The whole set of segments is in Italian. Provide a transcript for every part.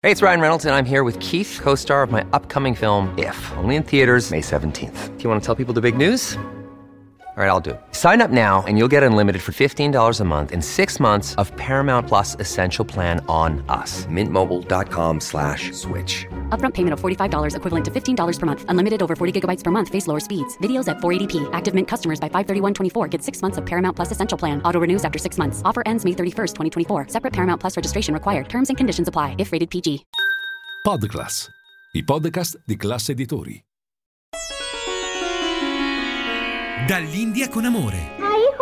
Hey, it's Ryan Reynolds, and I'm here with Keith, co-star of my upcoming film, If, only in theaters May 17th. Do you want to tell people the big news? All right, I'll do it. Sign up now and you'll get unlimited for $15 a month and 6 months of Paramount Plus Essential Plan on us. MintMobile.com/switch. Upfront payment of $45 equivalent to $15 per month. Unlimited over 40 gigabytes per month. Face lower speeds. Videos at 480p. Active Mint customers by 531.24 get 6 months of Paramount Plus Essential Plan. Auto renews after 6 months. Offer ends May 31st, 2024. Separate Paramount Plus registration required. Terms and conditions apply if rated PG. Podclass, i podcast di Class Editori. Dall'India con amore.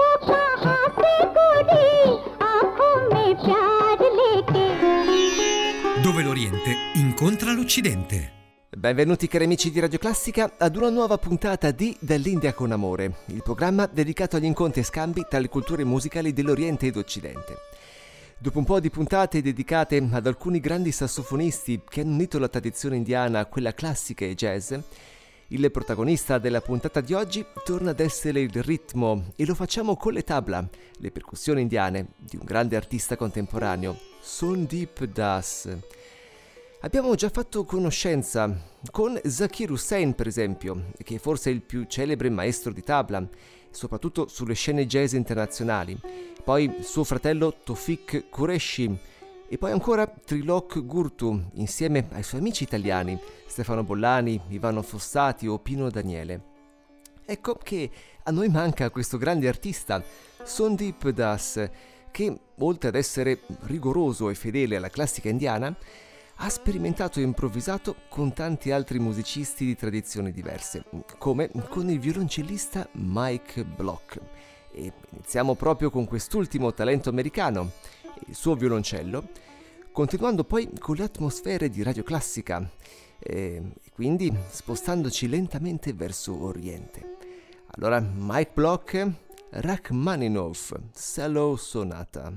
Dove l'Oriente incontra l'Occidente. Benvenuti cari amici di Radio Classica ad una nuova puntata di Dall'India con amore, il programma dedicato agli incontri e scambi tra le culture musicali dell'Oriente ed Occidente. Dopo un po' di puntate dedicate ad alcuni grandi sassofonisti che hanno unito la tradizione indiana a quella classica e jazz, il protagonista della puntata di oggi torna ad essere il ritmo e lo facciamo con le tabla, le percussioni indiane di un grande artista contemporaneo, Sandeep Das. Abbiamo già fatto conoscenza con Zakir Hussain, per esempio, che è forse il più celebre maestro di tabla, soprattutto sulle scene jazz internazionali, poi suo fratello Tawfiq Qureshi, e poi ancora Trilok Gurtu, insieme ai suoi amici italiani, Stefano Bollani, Ivano Fossati o Pino Daniele. Ecco che a noi manca questo grande artista, Sandeep Das, che, oltre ad essere rigoroso e fedele alla classica indiana, ha sperimentato e improvvisato con tanti altri musicisti di tradizioni diverse, come con il violoncellista Mike Block. E iniziamo proprio con quest'ultimo talento americano, il suo violoncello, continuando poi con le atmosfere di Radio Classica e quindi spostandoci lentamente verso Oriente. Allora, Mike Block, Rachmaninov, Cello Sonata.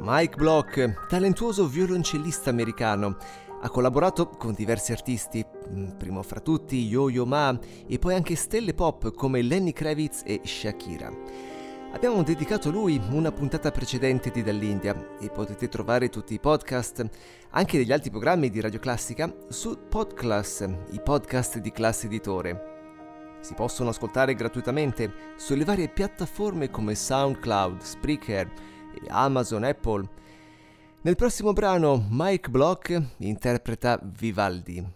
Mike Block, talentuoso violoncellista americano, ha collaborato con diversi artisti, primo fra tutti Yo-Yo Ma e poi anche stelle pop come Lenny Kravitz e Shakira. Abbiamo dedicato a lui una puntata precedente di Dall'India e potete trovare tutti i podcast, anche degli altri programmi di Radio Classica, su Podclass, i podcast di Class Editore. Si possono ascoltare gratuitamente sulle varie piattaforme come SoundCloud, Spreaker e Amazon, Apple. Nel prossimo brano Mike Block interpreta Vivaldi.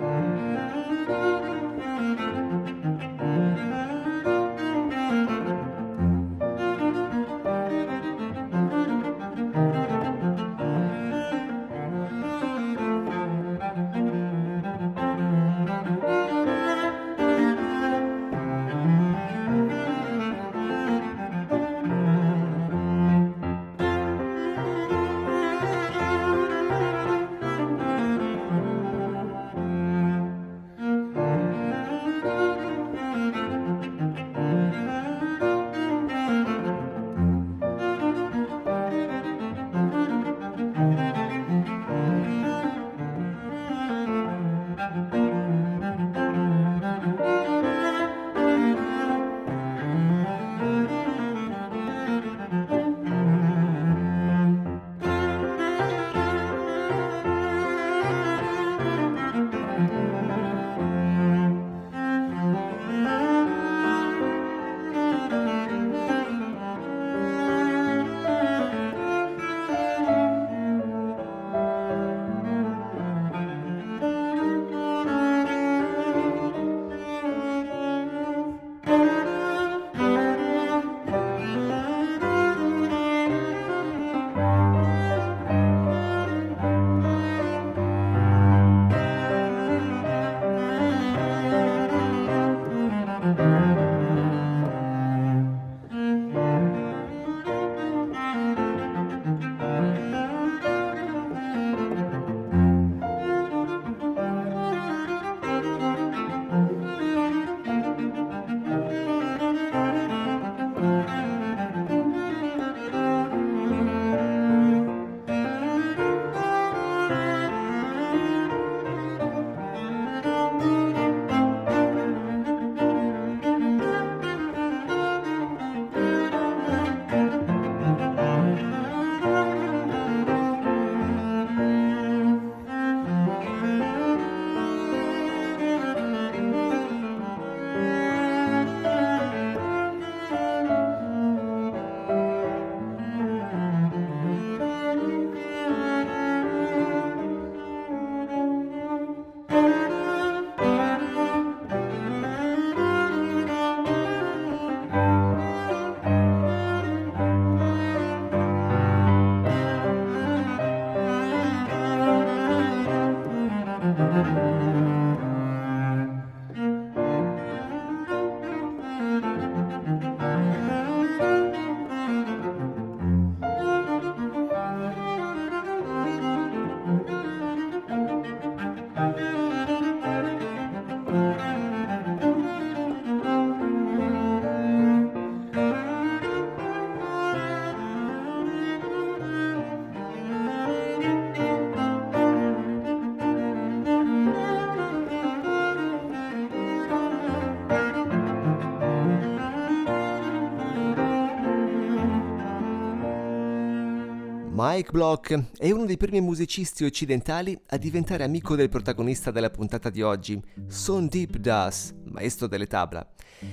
Mike Block è uno dei primi musicisti occidentali a diventare amico del protagonista della puntata di oggi, Sandeep Das, maestro delle tabla.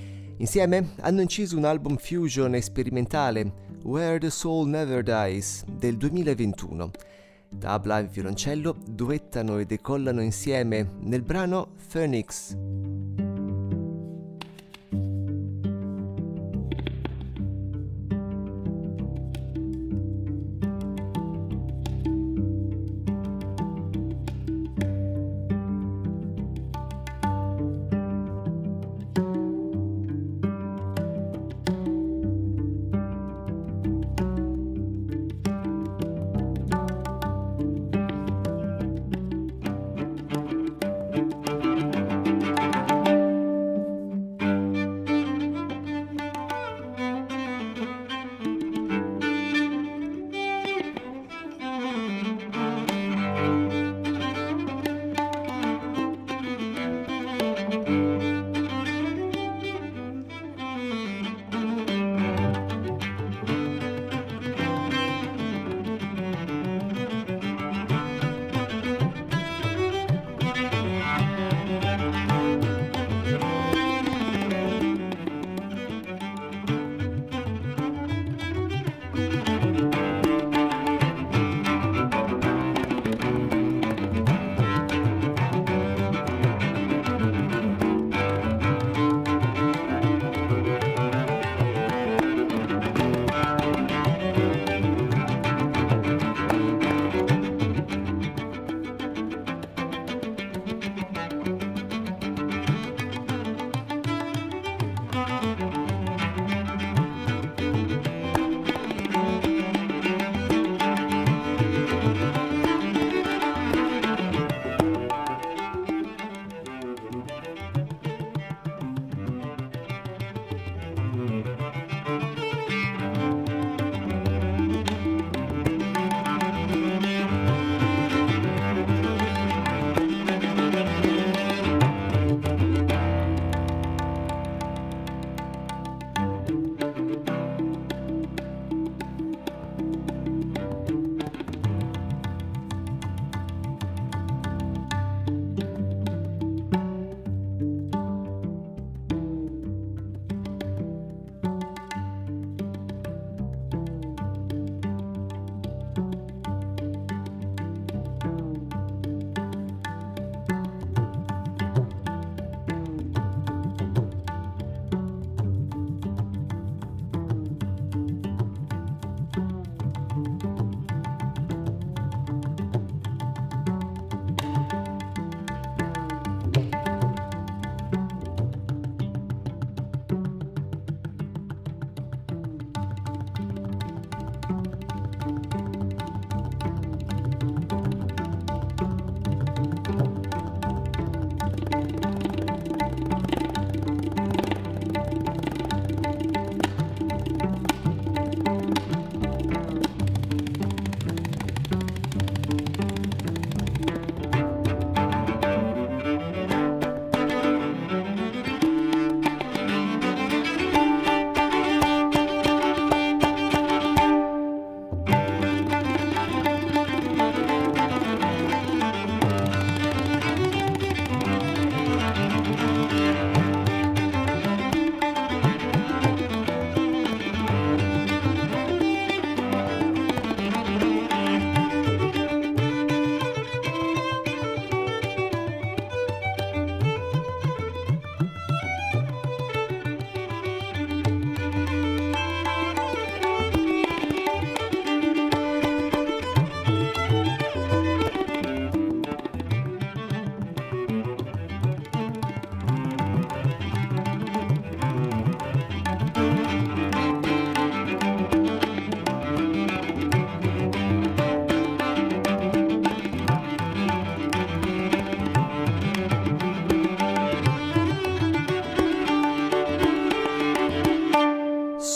Insieme hanno inciso un album fusion e sperimentale, Where the Soul Never Dies, del 2021. Tabla e violoncello duettano e decollano insieme nel brano Phoenix.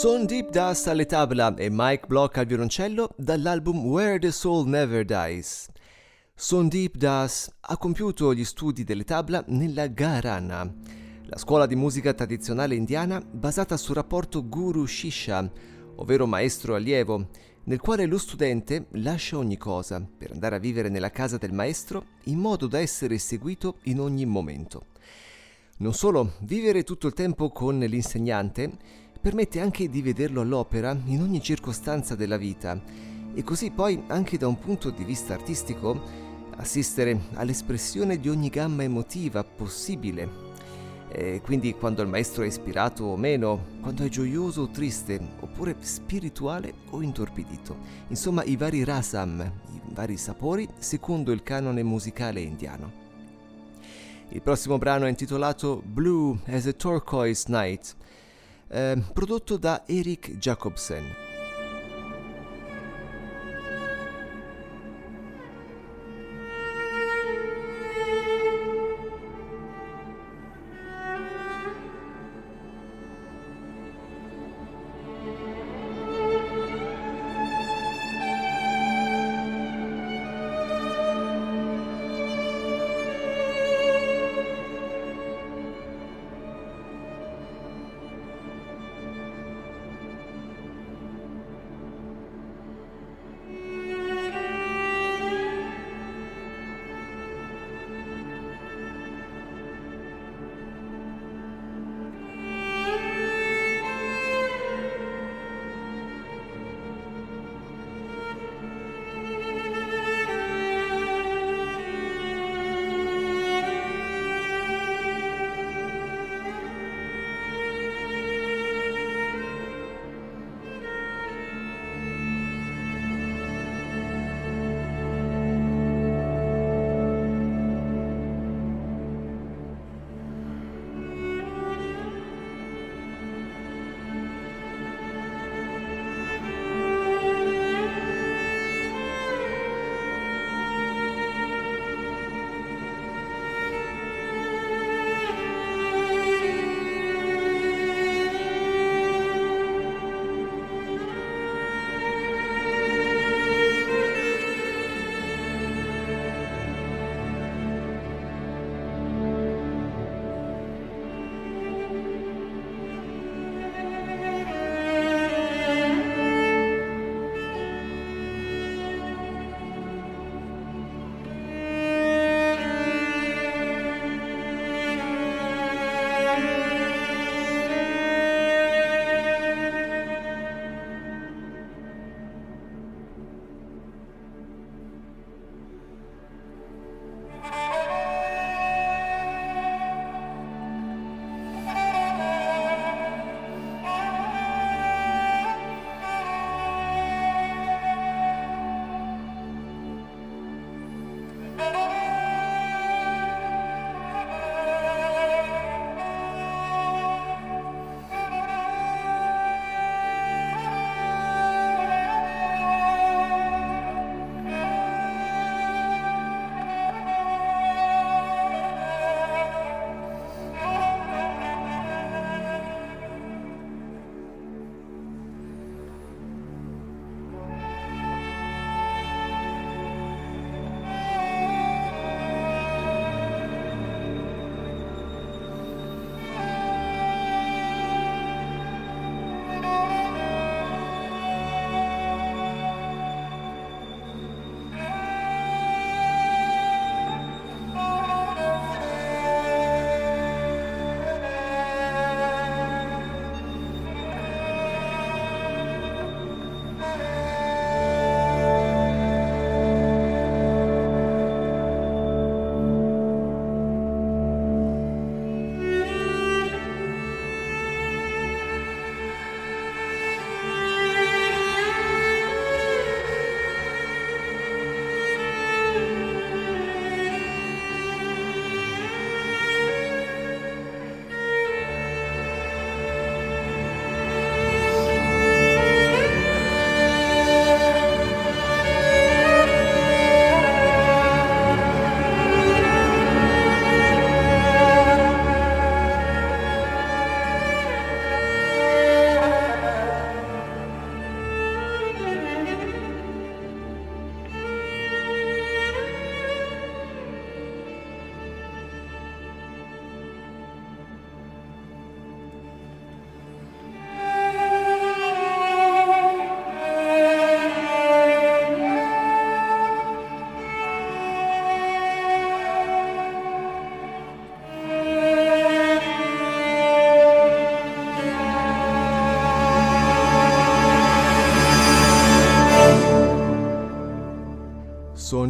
Son Deep Das alle tabla e Mike Block al violoncello dall'album Where the Soul Never Dies. Son Deep Das ha compiuto gli studi delle tabla nella Gharana, la scuola di musica tradizionale indiana basata sul rapporto guru-shishya, ovvero maestro-allievo, nel quale lo studente lascia ogni cosa per andare a vivere nella casa del maestro in modo da essere seguito in ogni momento. Non solo, vivere tutto il tempo con l'insegnante permette anche di vederlo all'opera in ogni circostanza della vita e così poi anche da un punto di vista artistico assistere all'espressione di ogni gamma emotiva possibile. E quindi quando il maestro è ispirato o meno, quando è gioioso o triste, oppure spirituale o intorpidito. Insomma, i vari rasam, i vari sapori, secondo il canone musicale indiano. Il prossimo brano è intitolato Blue as a Turquoise Night, prodotto da Eric Jacobsen.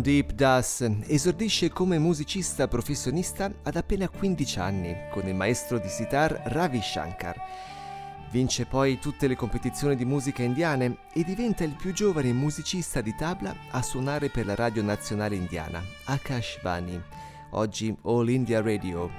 Deep Das esordisce come musicista professionista ad appena 15 anni con il maestro di sitar Ravi Shankar. Vince poi tutte le competizioni di musica indiane e diventa il più giovane musicista di tabla a suonare per la radio nazionale indiana, Akashvani, oggi All India Radio.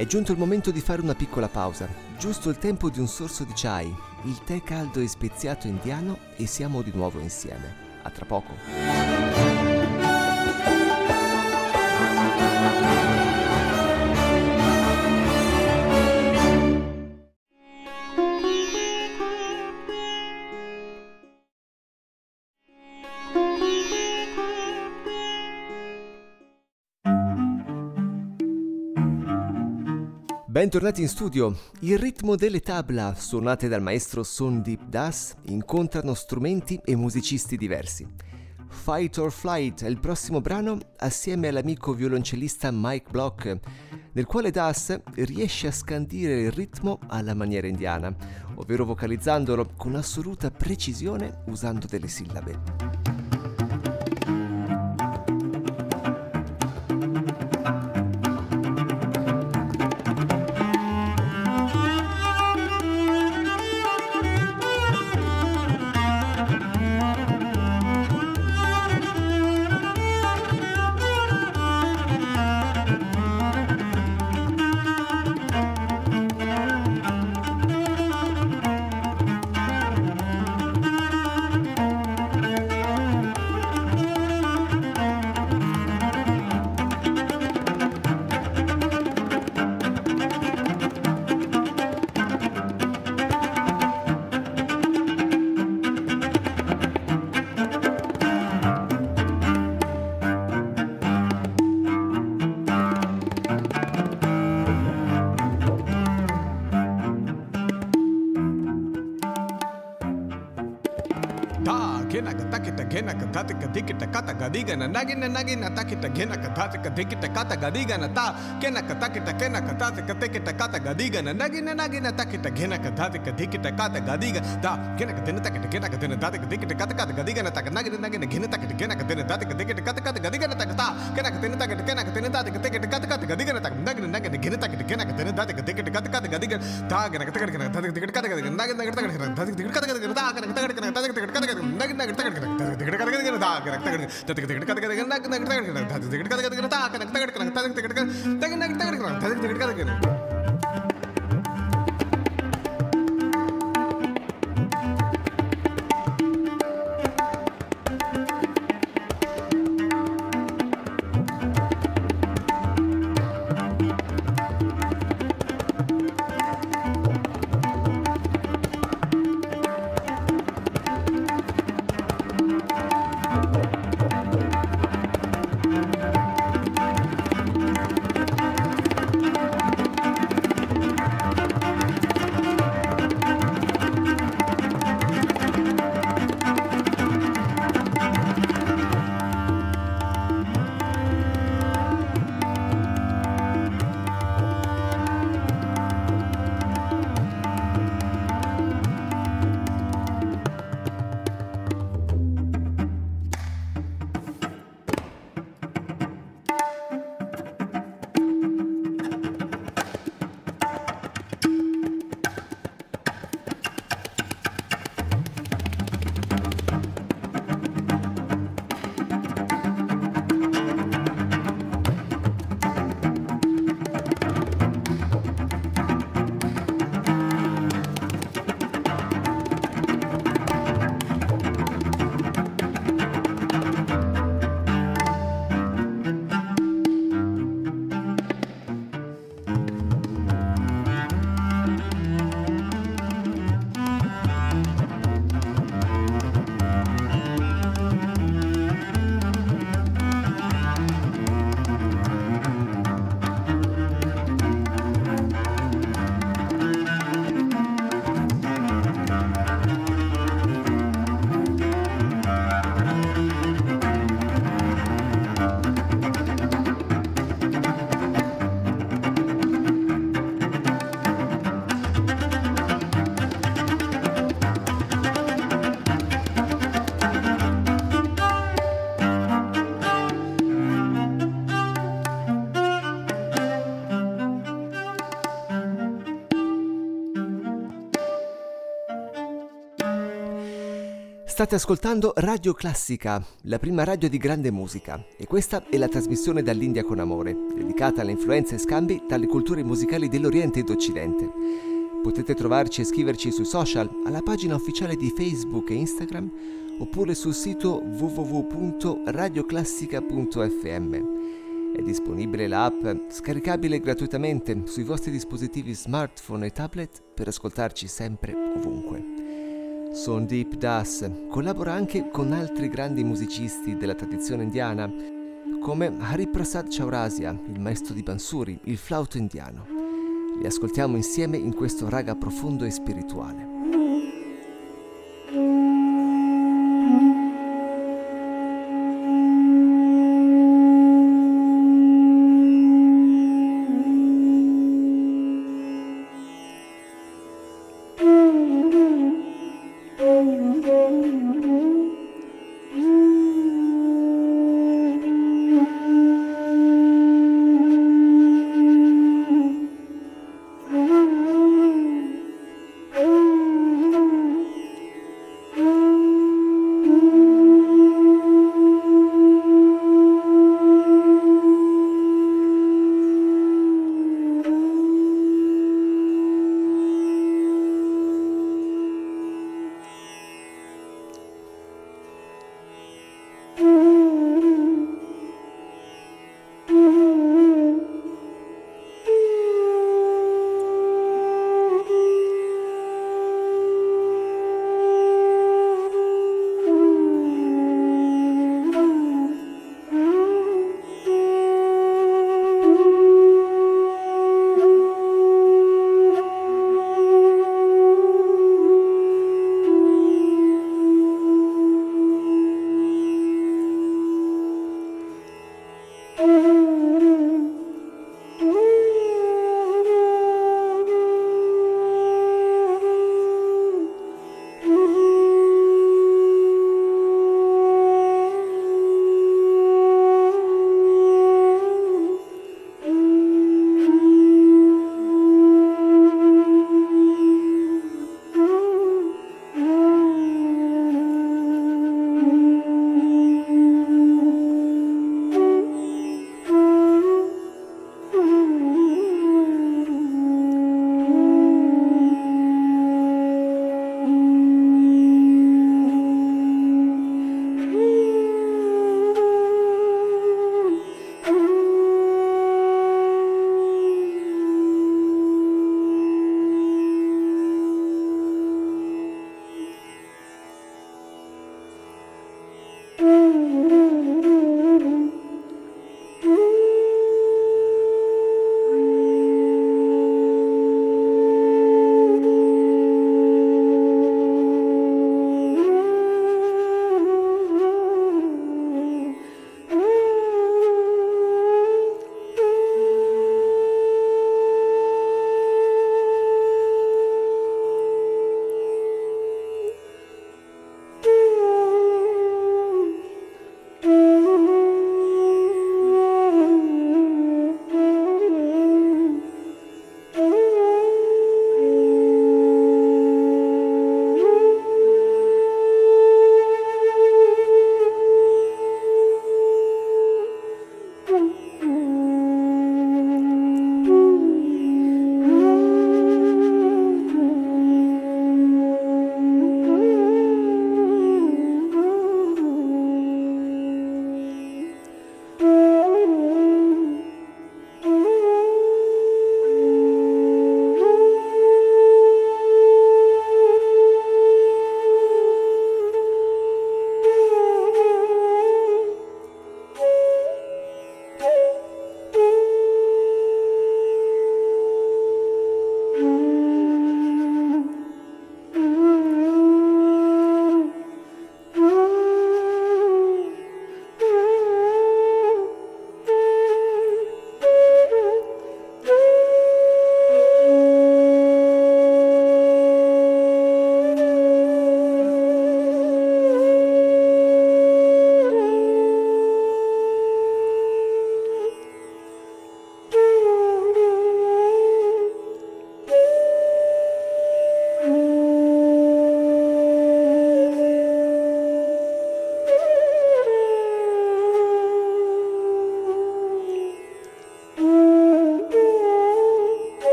È giunto il momento di fare una piccola pausa, giusto il tempo di un sorso di chai, il tè caldo e speziato indiano e siamo di nuovo insieme. A tra poco. Bentornati in studio. Il ritmo delle tabla, suonate dal maestro Sandeep Das, incontrano strumenti e musicisti diversi. Fight or Flight è il prossimo brano assieme all'amico violoncellista Mike Block, nel quale Das riesce a scandire il ritmo alla maniera indiana, ovvero vocalizzandolo con assoluta precisione usando delle sillabe. State ascoltando Radio Classica, la prima radio di grande musica, e questa è la trasmissione Dall'India con Amore, dedicata alle influenze e scambi tra le culture musicali dell'Oriente ed Occidente. Potete trovarci e scriverci sui social, alla pagina ufficiale di Facebook e Instagram, oppure sul sito www.radioclassica.fm. È disponibile l'app, scaricabile gratuitamente sui vostri dispositivi smartphone e tablet per ascoltarci sempre ovunque. Sandeep Das collabora anche con altri grandi musicisti della tradizione indiana, come Hariprasad Chaurasia, il maestro di Bansuri, il flauto indiano. Li ascoltiamo insieme in questo raga profondo e spirituale.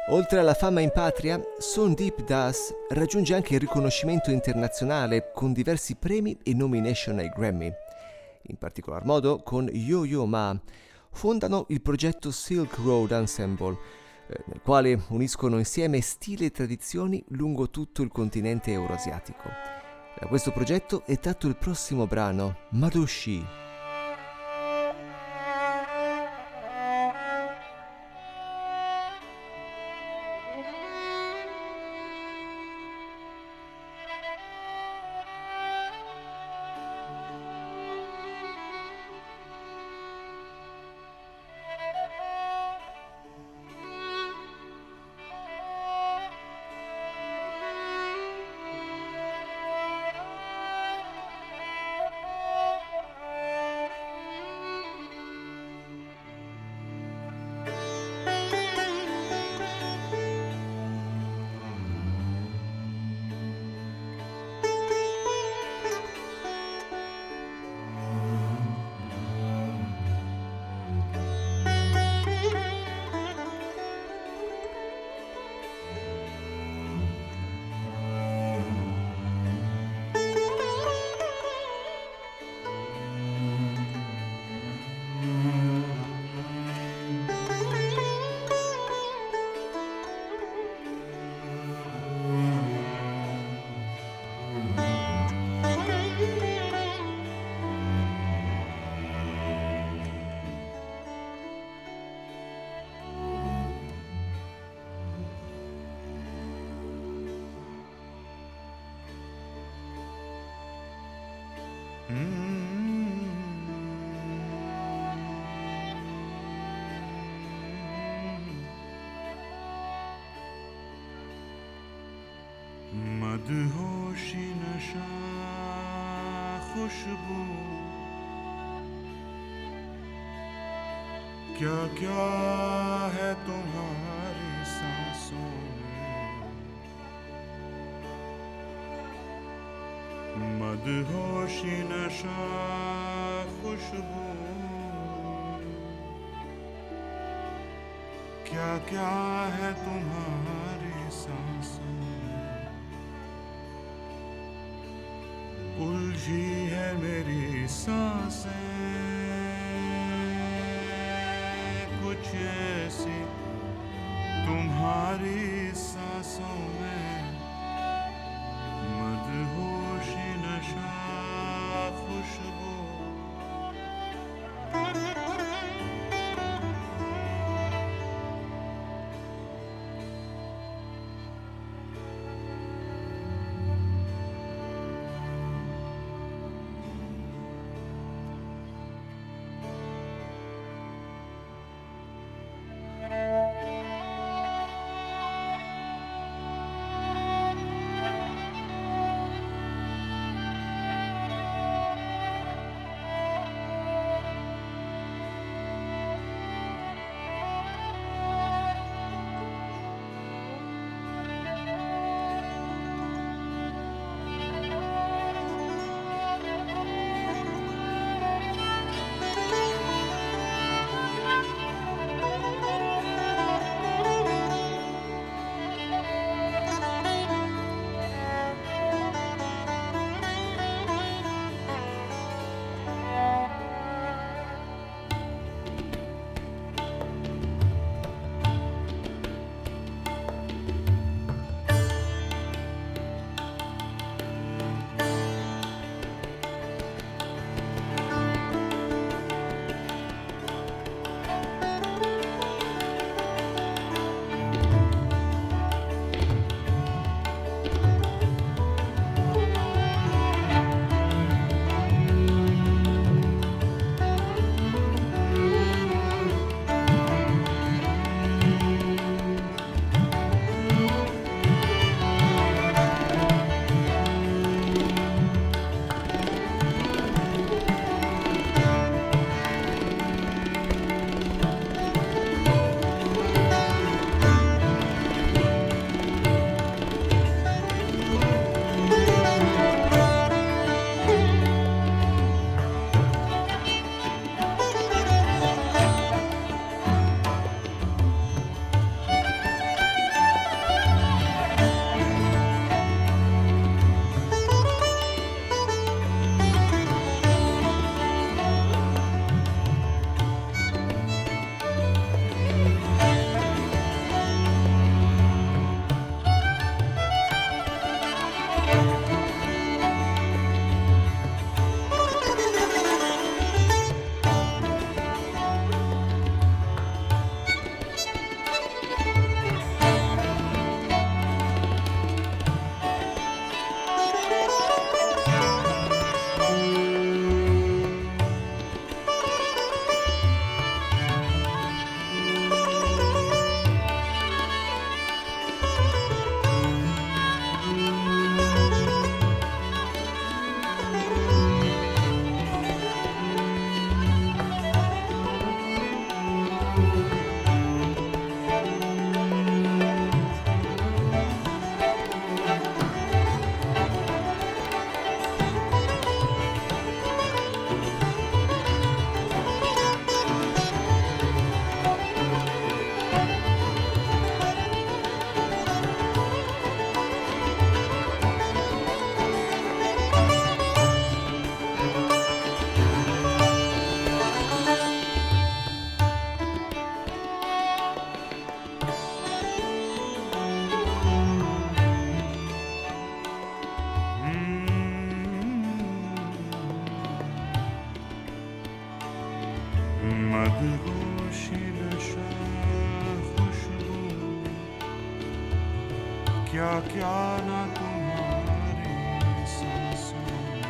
Oltre alla fama in patria, Son Deep Das raggiunge anche il riconoscimento internazionale con diversi premi e nomination ai Grammy. In particolar modo con Yo-Yo Ma fondano il progetto Silk Road Ensemble, nel quale uniscono insieme stili e tradizioni lungo tutto il continente euroasiatico. Da questo progetto è tratto il prossimo brano, Madoshi. मदहोशी नशा खुशबू क्या क्या है तुम्हारी सांसों में मदहोशी नशा खुशबू क्या क्या है तुम्हारी सांसों में उलझी है मेरी सांसें कुछ ऐसी तुम्हारी सांसों में मदहोशी नशा खुशबू क्या क्या ना तुम्हारी सांसों में।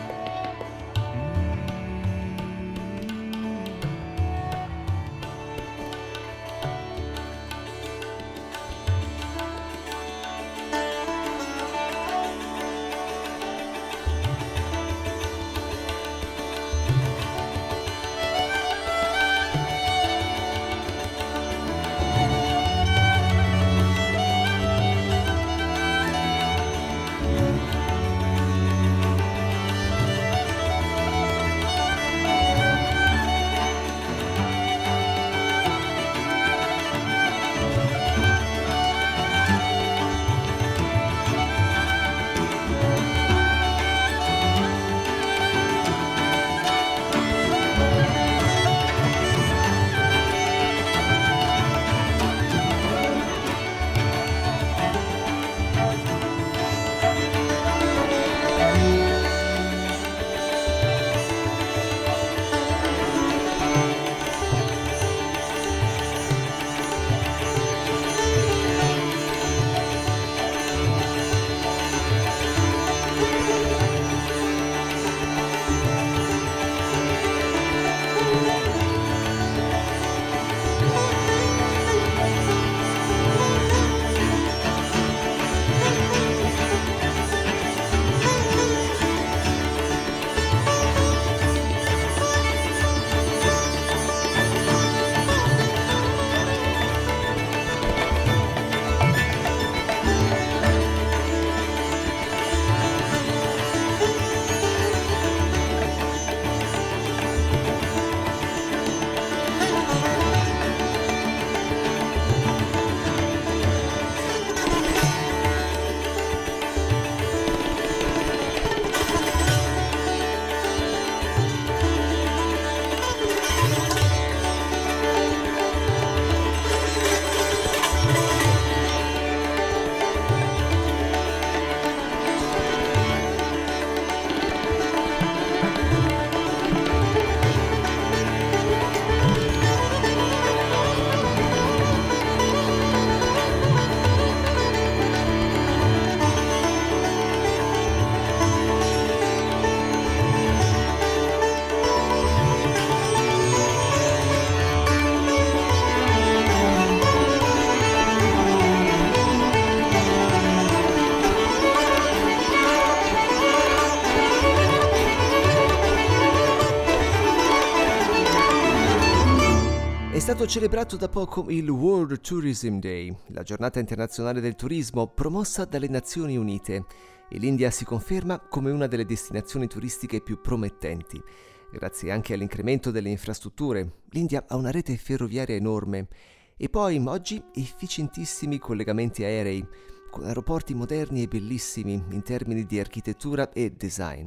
È stato celebrato da poco il World Tourism Day, la giornata internazionale del turismo promossa dalle Nazioni Unite, e l'India si conferma come una delle destinazioni turistiche più promettenti. Grazie anche all'incremento delle infrastrutture, l'India ha una rete ferroviaria enorme e poi oggi efficientissimi collegamenti aerei, con aeroporti moderni e bellissimi in termini di architettura e design.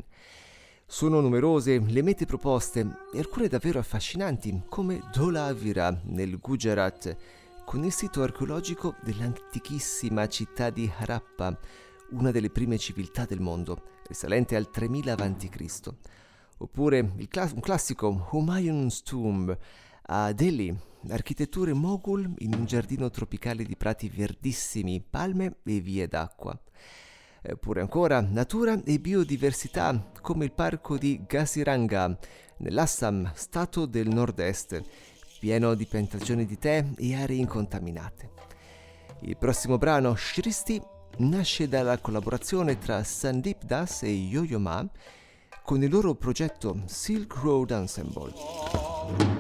Sono numerose le mete proposte e alcune davvero affascinanti, come Dholavira nel Gujarat, con il sito archeologico dell'antichissima città di Harappa, una delle prime civiltà del mondo, risalente al 3000 a.C. Oppure un classico Humayun's Tomb a Delhi, architetture Moghul in un giardino tropicale di prati verdissimi, palme e vie d'acqua. Oppure ancora natura e biodiversità, come il parco di Kaziranga, nell'Assam, stato del nord-est, pieno di piantagioni di tè e aree incontaminate. Il prossimo brano, Shristi, nasce dalla collaborazione tra Sandeep Das e Yo-Yo Ma con il loro progetto Silk Road Ensemble.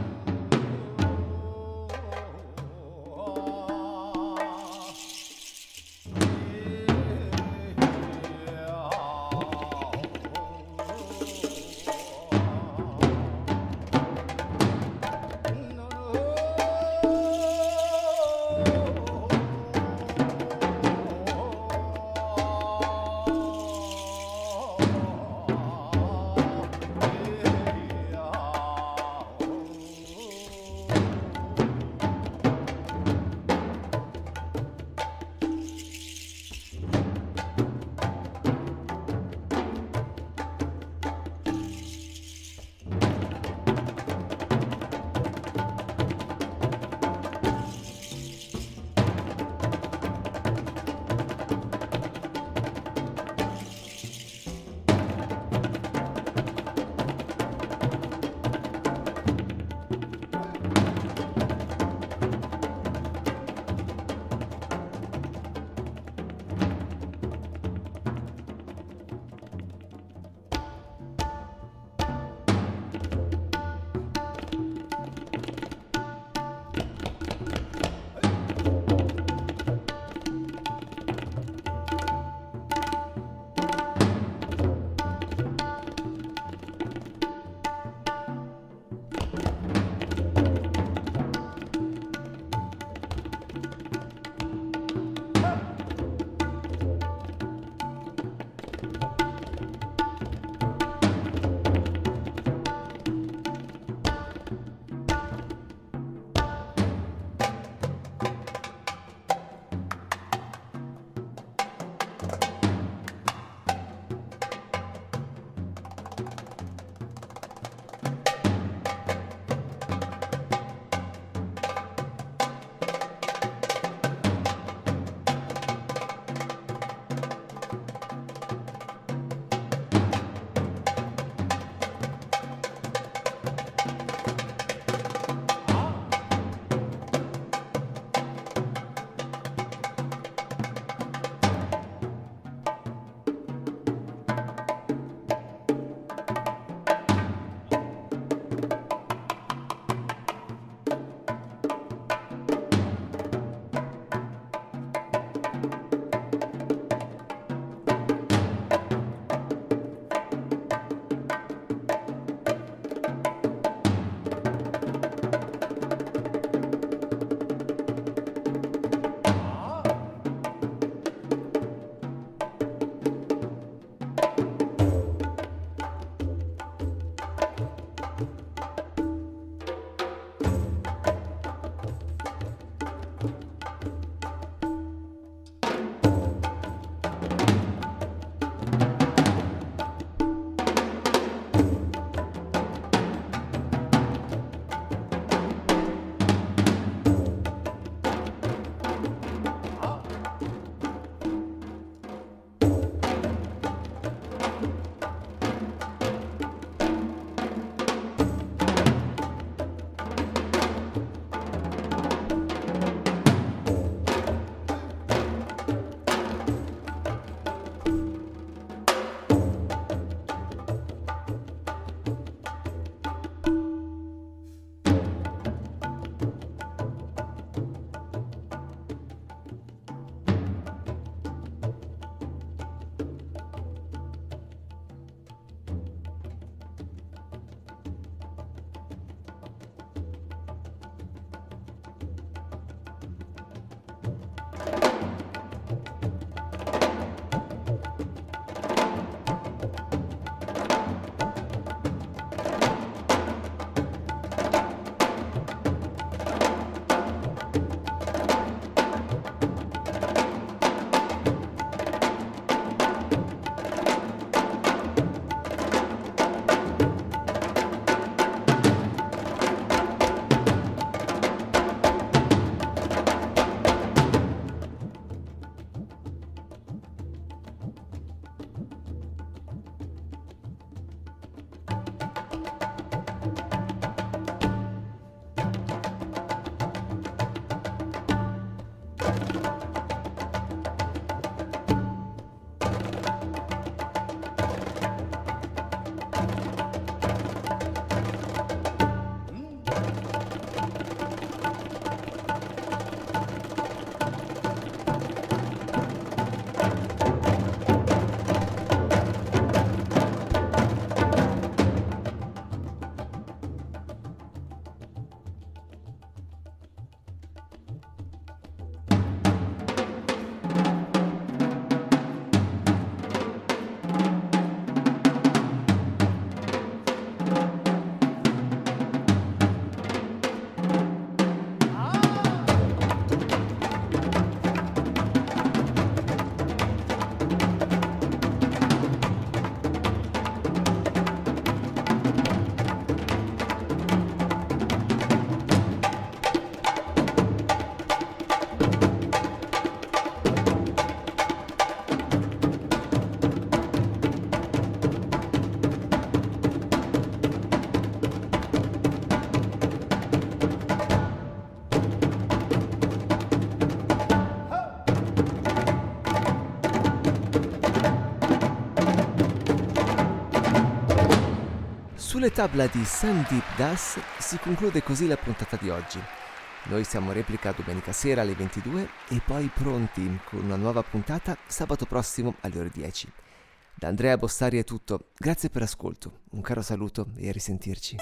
Sulle tabla di Sandeep Das si conclude così la puntata di oggi. Noi siamo in replica domenica sera alle 22 e poi pronti con una nuova puntata sabato prossimo alle ore 10. Da Andrea Bossari è tutto, grazie per l'ascolto, un caro saluto e a risentirci.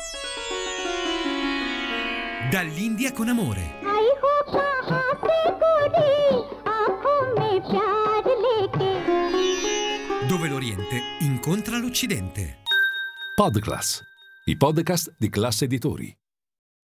Dall'India con amore. Dove l'Oriente incontra l'Occidente. Podclass, i podcast di Classe Editori.